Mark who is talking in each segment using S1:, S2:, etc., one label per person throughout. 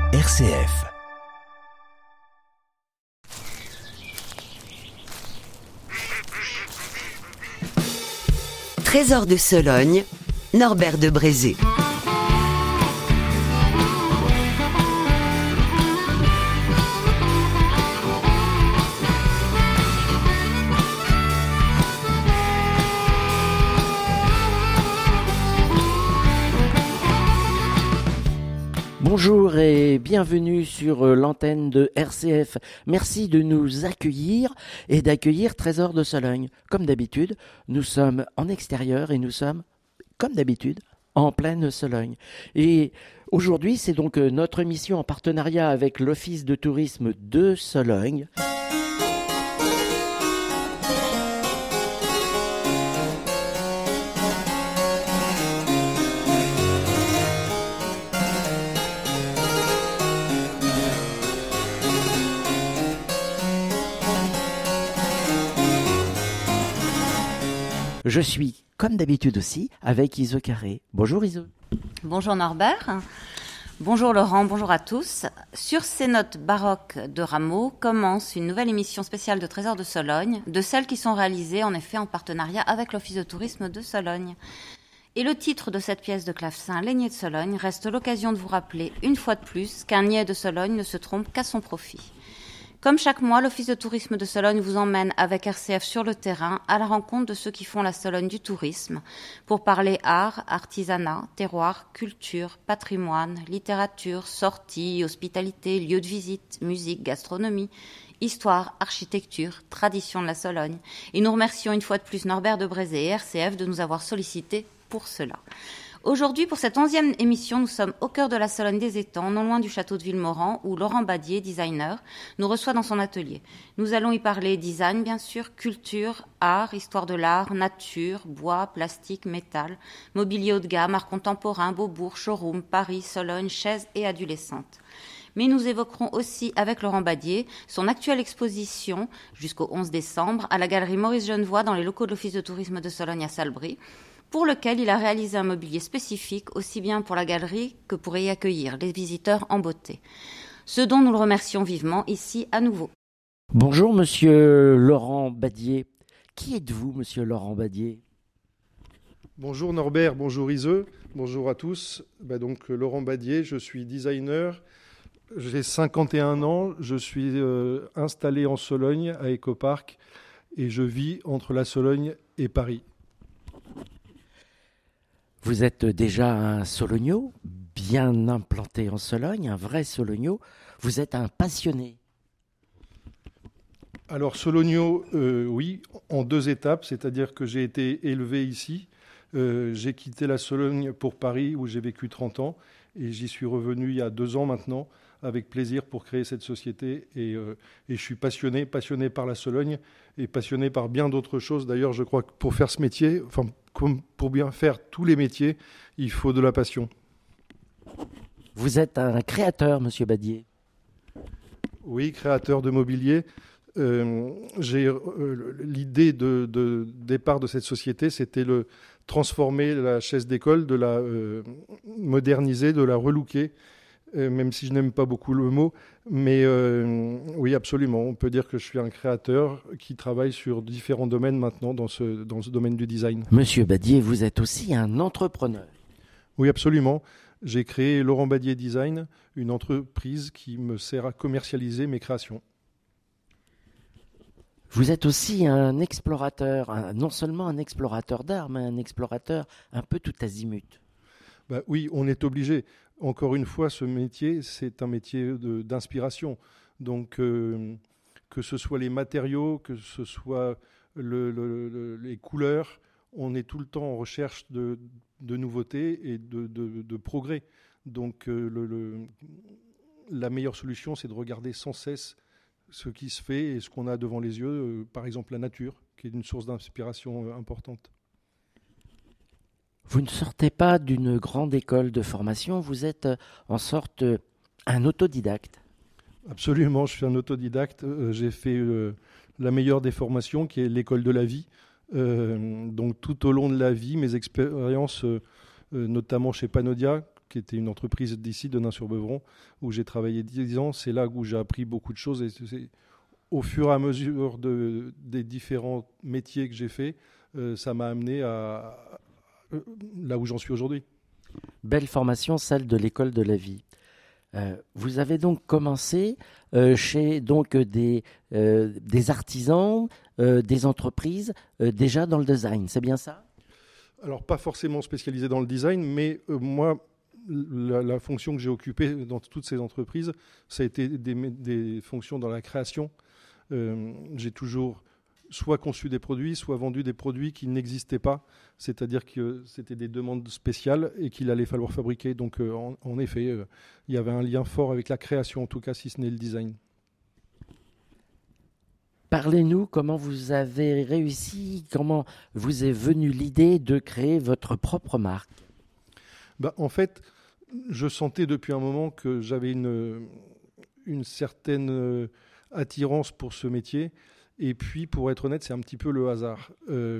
S1: RCF. Trésor de Sologne, Norbert de Brézé.
S2: Bonjour et bienvenue sur l'antenne de RCF. Merci de nous accueillir et d'accueillir Trésor de Sologne. Comme d'habitude, nous sommes en extérieur et nous sommes, comme d'habitude, en pleine Sologne. Et aujourd'hui, c'est donc notre émission en partenariat avec l'Office de tourisme de Sologne. Je suis, comme d'habitude aussi, avec Iso Carré. Bonjour Iso.
S3: Bonjour Norbert. Bonjour Laurent, bonjour à tous. Sur ces notes baroques de Rameau commence une nouvelle émission spéciale de Trésor de Sologne, de celles qui sont réalisées en effet en partenariat avec l'Office de tourisme de Sologne. Et le titre de cette pièce de clavecin, Les Niais de Sologne, reste l'occasion de vous rappeler une fois de plus qu'un niais de Sologne ne se trompe qu'à son profit. Comme chaque mois, l'Office de tourisme de Sologne vous emmène avec RCF sur le terrain à la rencontre de ceux qui font la Sologne du tourisme pour parler art, artisanat, terroir, culture, patrimoine, littérature, sorties, hospitalité, lieux de visite, musique, gastronomie, histoire, architecture, tradition de la Sologne. Et nous remercions une fois de plus Norbert de Brézé et RCF de nous avoir sollicités pour cela. Aujourd'hui, pour cette 11e émission, nous sommes au cœur de la Sologne des Étangs, non loin du château de Villemorand, où Laurent Badier, designer, nous reçoit dans son atelier. Nous allons y parler design, bien sûr, culture, art, histoire de l'art, nature, bois, plastique, métal, mobilier haut de gamme, art contemporain, Beaubourg, showroom, Paris, Sologne, chaises et adolescentes. Mais nous évoquerons aussi avec Laurent Badier son actuelle exposition jusqu'au 11 décembre à la galerie Maurice Genevoix dans les locaux de l'Office de tourisme de Sologne à Salbris, pour lequel il a réalisé un mobilier spécifique, aussi bien pour la galerie que pour y accueillir les visiteurs en beauté. Ce dont nous le remercions vivement ici à nouveau.
S2: Bonjour Monsieur Laurent Badier. Qui êtes-vous, Monsieur Laurent Badier ?
S4: Bonjour Norbert, bonjour Iseux, bonjour à tous. Donc Laurent Badier, je suis designer, j'ai 51 ans, je suis installé en Sologne à Ecopark et je vis entre la Sologne et Paris.
S2: Vous êtes déjà un Sologno, bien implanté en Sologne, un vrai Sologno. Vous êtes un passionné.
S4: Alors Sologno, oui, en 2 étapes, c'est-à-dire que j'ai été élevé ici. J'ai quitté la Sologne pour Paris où j'ai vécu 30 ans et j'y suis revenu il y a 2 ans maintenant avec plaisir pour créer cette société et je suis passionné par la Sologne et passionné par bien d'autres choses. D'ailleurs, je crois que pour faire ce métier, comme pour bien faire tous les métiers, il faut de la passion.
S2: Vous êtes un créateur, Monsieur Badier.
S4: Oui, créateur de mobilier. J'ai l'idée de départ de cette société, c'était transformer la chaise d'école, de la moderniser, de la relooker, même si je n'aime pas beaucoup le mot. Mais oui, absolument. On peut dire que je suis un créateur qui travaille sur différents domaines maintenant dans ce domaine du design.
S2: Monsieur Badier, vous êtes aussi un entrepreneur.
S4: Oui, absolument. J'ai créé Laurent Badier Design, une entreprise qui me sert à commercialiser mes créations.
S2: Vous êtes aussi un explorateur, non seulement un explorateur d'art, mais un explorateur un peu tout azimut.
S4: Oui, on est obligé. Encore une fois, ce métier, c'est un métier d'inspiration. Donc, que ce soit les matériaux, que ce soit les couleurs, on est tout le temps en recherche de nouveautés et de progrès. Donc, la meilleure solution, c'est de regarder sans cesse ce qui se fait et ce qu'on a devant les yeux, par exemple la nature, qui est une source d'inspiration importante.
S2: Vous ne sortez pas d'une grande école de formation, vous êtes en sorte un autodidacte.
S4: Absolument, je suis un autodidacte. J'ai fait la meilleure des formations, qui est l'école de la vie. Donc tout au long de la vie, mes expériences, notamment chez Panodia, qui était une entreprise d'ici, de Nain-sur-Beuvron, où j'ai travaillé 10 ans. C'est là où j'ai appris beaucoup de choses. Et c'est, au fur et à mesure des différents métiers que j'ai faits, ça m'a amené à là où j'en suis aujourd'hui.
S2: Belle formation, celle de l'école de la vie. Vous avez donc commencé chez donc des artisans, des entreprises déjà dans le design, c'est bien ça?
S4: Alors, pas forcément spécialisé dans le design, mais moi, la fonction que j'ai occupée dans toutes ces entreprises, ça a été des fonctions dans la création. J'ai toujours soit conçu des produits, soit vendu des produits qui n'existaient pas, c'est-à-dire que c'était des demandes spéciales et qu'il allait falloir fabriquer. Donc, en effet, il y avait un lien fort avec la création, en tout cas, si ce n'est le design.
S2: Parlez-nous comment vous avez réussi, comment vous est venue l'idée de créer votre propre marque.
S4: En fait, je sentais depuis un moment que j'avais une certaine attirance pour ce métier. Et puis, pour être honnête, c'est un petit peu le hasard.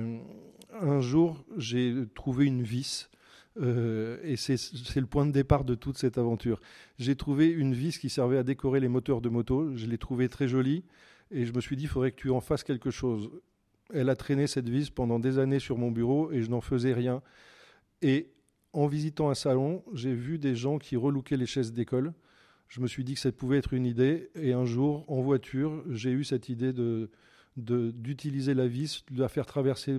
S4: Un jour, j'ai trouvé une vis. Et c'est le point de départ de toute cette aventure. J'ai trouvé une vis qui servait à décorer les moteurs de moto. Je l'ai trouvée très jolie. Et je me suis dit, il faudrait que tu en fasses quelque chose. Elle a traîné, cette vis, pendant des années sur mon bureau et je n'en faisais rien. Et en visitant un salon, j'ai vu des gens qui relookaient les chaises d'école. Je me suis dit que ça pouvait être une idée. Et un jour, en voiture, j'ai eu cette idée d'utiliser la vis, de la faire traverser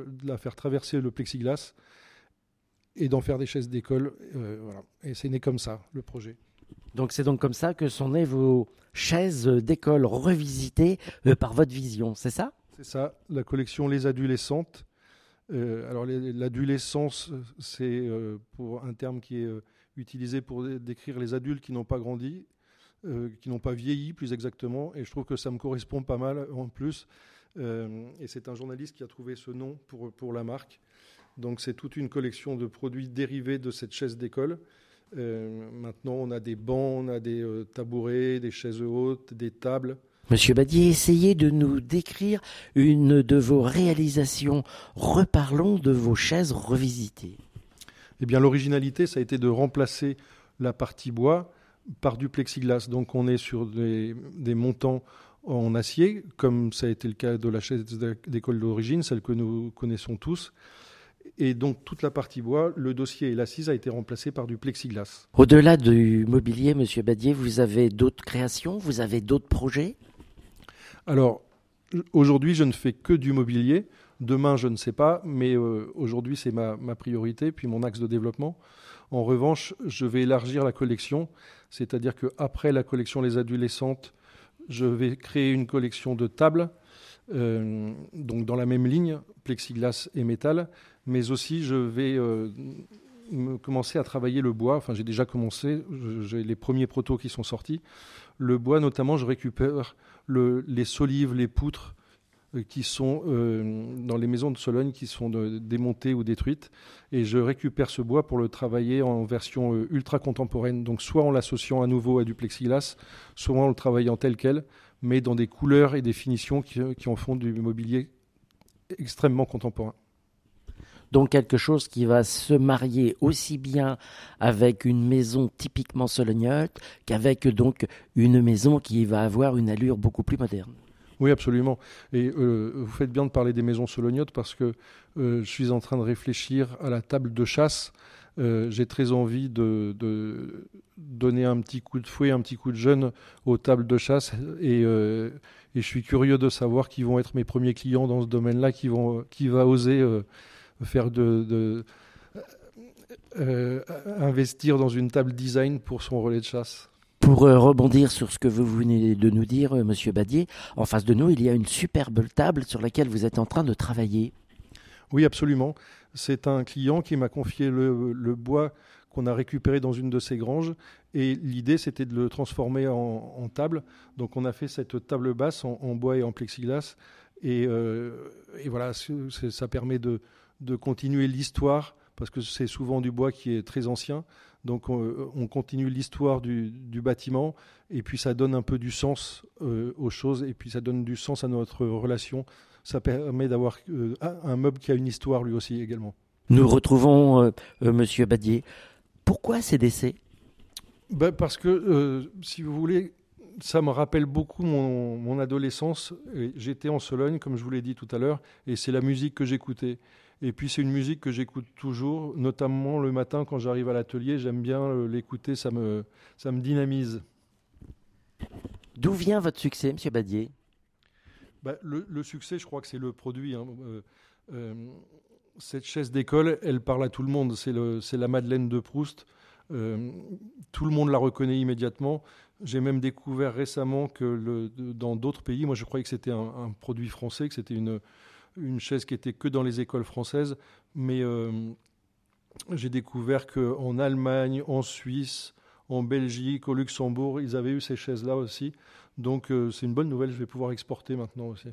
S4: le plexiglas et d'en faire des chaises d'école. Voilà. Et c'est né comme ça, le projet.
S2: Donc c'est donc comme ça que sont nées vos chaises d'école revisitées par votre vision, c'est ça?
S4: C'est ça, la collection Les Adolescentes. Alors l'adolescence, c'est pour un terme qui est utilisé pour décrire les adultes qui n'ont pas grandi, qui n'ont pas vieilli plus exactement, et je trouve que ça me correspond pas mal en plus. Et c'est un journaliste qui a trouvé ce nom pour la marque. Donc c'est toute une collection de produits dérivés de cette chaise d'école. Maintenant, on a des bancs, on a des tabourets, des chaises hautes, des tables.
S2: Monsieur Badier, essayez de nous décrire une de vos réalisations. Reparlons de vos chaises revisitées.
S4: Eh bien, l'originalité, ça a été de remplacer la partie bois par du plexiglas. Donc, on est sur des montants en acier, comme ça a été le cas de la chaise d'école d'origine, celle que nous connaissons tous. Et donc, toute la partie bois, le dossier et l'assise a été remplacé par du plexiglas.
S2: Au-delà du mobilier, Monsieur Badier, vous avez d'autres créations? Vous avez d'autres projets?
S4: Alors, aujourd'hui, je ne fais que du mobilier. Demain, je ne sais pas, mais aujourd'hui, c'est ma priorité, puis mon axe de développement. En revanche, je vais élargir la collection, c'est-à-dire qu'après la collection Les Adolescentes, je vais créer une collection de tables, donc dans la même ligne, plexiglas et métal, mais aussi je vais commencer à travailler le bois. Enfin, j'ai déjà commencé, j'ai les premiers protos qui sont sortis. Le bois, notamment, je récupère les solives, les poutres qui sont dans les maisons de Sologne, qui sont démontées ou détruites. Et je récupère ce bois pour le travailler en version ultra contemporaine. Donc, soit en l'associant à nouveau à du plexiglas, soit en le travaillant tel quel, mais dans des couleurs et des finitions qui en font du mobilier extrêmement contemporain.
S2: Donc quelque chose qui va se marier aussi bien avec une maison typiquement solognote qu'avec donc une maison qui va avoir une allure beaucoup plus moderne.
S4: Oui, absolument. Et vous faites bien de parler des maisons solognotes parce que je suis en train de réfléchir à la table de chasse. J'ai très envie de donner un petit coup de fouet, un petit coup de jeune aux tables de chasse. Et je suis curieux de savoir qui vont être mes premiers clients dans ce domaine-là, qui va oser faire investir dans une table design pour son relais de chasse.
S2: Pour rebondir sur ce que vous venez de nous dire, Monsieur Badier, en face de nous, il y a une superbe table sur laquelle vous êtes en train de travailler.
S4: Oui, absolument. C'est un client qui m'a confié le bois qu'on a récupéré dans une de ses granges. Et l'idée, c'était de le transformer en table. Donc, on a fait cette table basse en bois et en plexiglas. Et voilà, ça permet de continuer l'histoire, parce que c'est souvent du bois qui est très ancien. Donc on continue l'histoire du bâtiment, et puis ça donne un peu du sens aux choses, et puis ça donne du sens à notre relation. Ça permet d'avoir un meuble qui a une histoire lui aussi également.
S2: Nous retrouvons Monsieur Badier. Pourquoi ces décès ?
S4: Parce que, si vous voulez, ça me rappelle beaucoup mon adolescence. Et j'étais en Sologne, comme je vous l'ai dit tout à l'heure, et c'est la musique que j'écoutais. Et puis c'est une musique que j'écoute toujours, notamment le matin quand j'arrive à l'atelier. J'aime bien l'écouter, ça me dynamise.
S2: D'où vient votre succès, Monsieur Badier ?
S4: Le succès, je crois que c'est le produit. Cette chaise d'école, elle parle à tout le monde. C'est la Madeleine de Proust. Tout le monde la reconnaît immédiatement. J'ai même découvert récemment que dans d'autres pays, moi je croyais que c'était un produit français, que c'était une chaise qui était que dans les écoles françaises, mais j'ai découvert qu'en Allemagne, en Suisse, en Belgique, au Luxembourg, ils avaient eu ces chaises-là aussi. Donc c'est une bonne nouvelle, je vais pouvoir exporter maintenant aussi.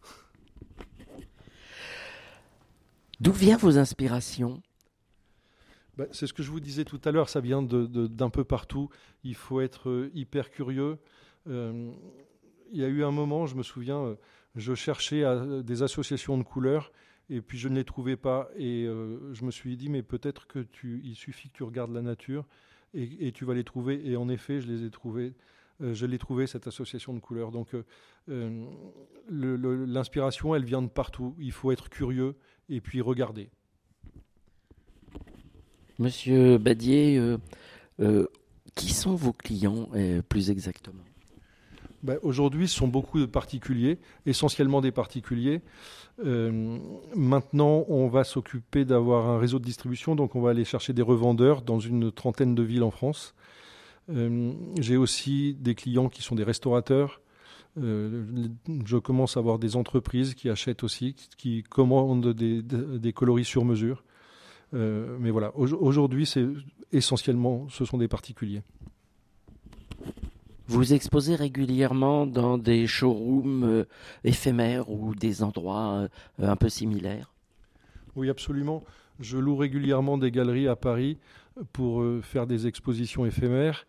S2: D'où viennent vos inspirations ?
S4: C'est ce que je vous disais tout à l'heure, ça vient d'un peu partout. Il faut être hyper curieux. Il y a eu un moment, je me souviens, je cherchais des associations de couleurs et puis je ne les trouvais pas. Et je me suis dit, mais peut-être il suffit que tu regardes la nature et tu vas les trouver. Et en effet, je les ai trouvés. Je l'ai trouvé, cette association de couleurs. Donc l'inspiration, elle vient de partout. Il faut être curieux et puis regarder.
S2: Monsieur Badier, qui sont vos clients plus exactement ?
S4: Aujourd'hui, ce sont beaucoup de particuliers, essentiellement des particuliers. Maintenant, on va s'occuper d'avoir un réseau de distribution, donc on va aller chercher des revendeurs dans une 30aine de villes en France. J'ai aussi des clients qui sont des restaurateurs. Je commence à avoir des entreprises qui achètent aussi, qui commandent des coloris sur mesure. Mais voilà, aujourd'hui, ce sont des particuliers.
S2: Vous exposez régulièrement dans des showrooms éphémères ou des endroits un peu similaires ?
S4: Oui, absolument. Je loue régulièrement des galeries à Paris pour faire des expositions éphémères.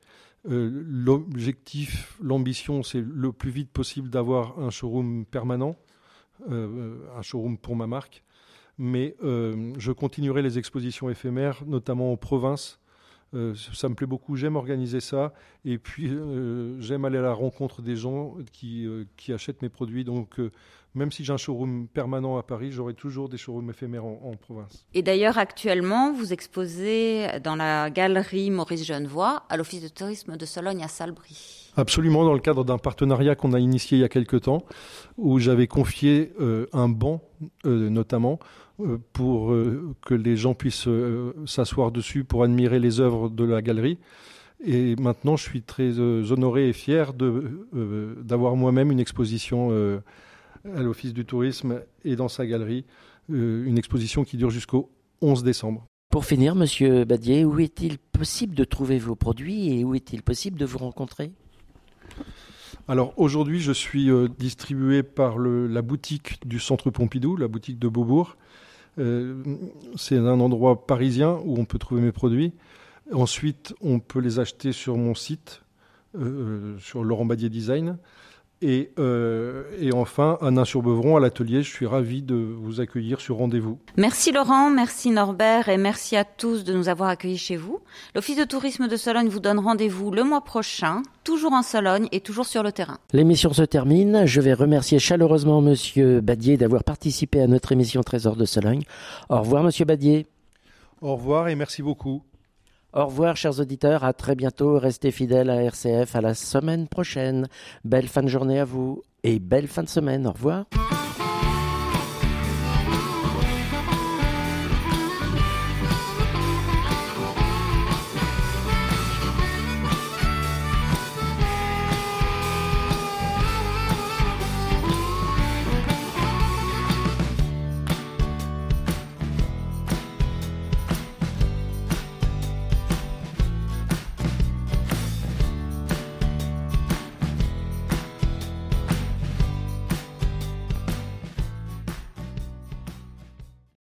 S4: L'ambition, c'est le plus vite possible d'avoir un showroom permanent, un showroom pour ma marque. Mais je continuerai les expositions éphémères, notamment en province. Ça me plaît beaucoup, j'aime organiser ça. Et puis, j'aime aller à la rencontre des gens qui achètent mes produits. Donc, même si j'ai un showroom permanent à Paris, j'aurai toujours des showrooms éphémères en province.
S3: Et d'ailleurs, actuellement, vous exposez dans la galerie Maurice Genevoix à l'Office de tourisme de Sologne à Salbris.
S4: Absolument, dans le cadre d'un partenariat qu'on a initié il y a quelque temps, où j'avais confié un banc, notamment, pour que les gens puissent s'asseoir dessus pour admirer les œuvres de la galerie. Et maintenant, je suis très honoré et fier d'avoir moi-même une exposition à l'Office du tourisme et dans sa galerie, une exposition qui dure jusqu'au 11 décembre.
S2: Pour finir, Monsieur Badier, où est-il possible de trouver vos produits et où est-il possible de vous rencontrer ?
S4: Alors aujourd'hui, je suis distribué par la boutique du Centre Pompidou, la boutique de Beaubourg. C'est un endroit parisien où on peut trouver mes produits. Ensuite, on peut les acheter sur mon site, sur Laurent Badier Design. Et enfin, à Nain-sur-Beuvron, à l'atelier, je suis ravi de vous accueillir sur rendez-vous.
S3: Merci Laurent, merci Norbert et merci à tous de nous avoir accueillis chez vous. L'Office de tourisme de Sologne vous donne rendez-vous le mois prochain, toujours en Sologne et toujours sur le terrain.
S2: L'émission se termine. Je vais remercier chaleureusement Monsieur Badier d'avoir participé à notre émission Trésor de Sologne. Au revoir Monsieur Badier.
S4: Au revoir et merci beaucoup.
S2: Au revoir, chers auditeurs. À très bientôt. Restez fidèles à RCF. À la semaine prochaine. Belle fin de journée à vous et belle fin de semaine. Au revoir.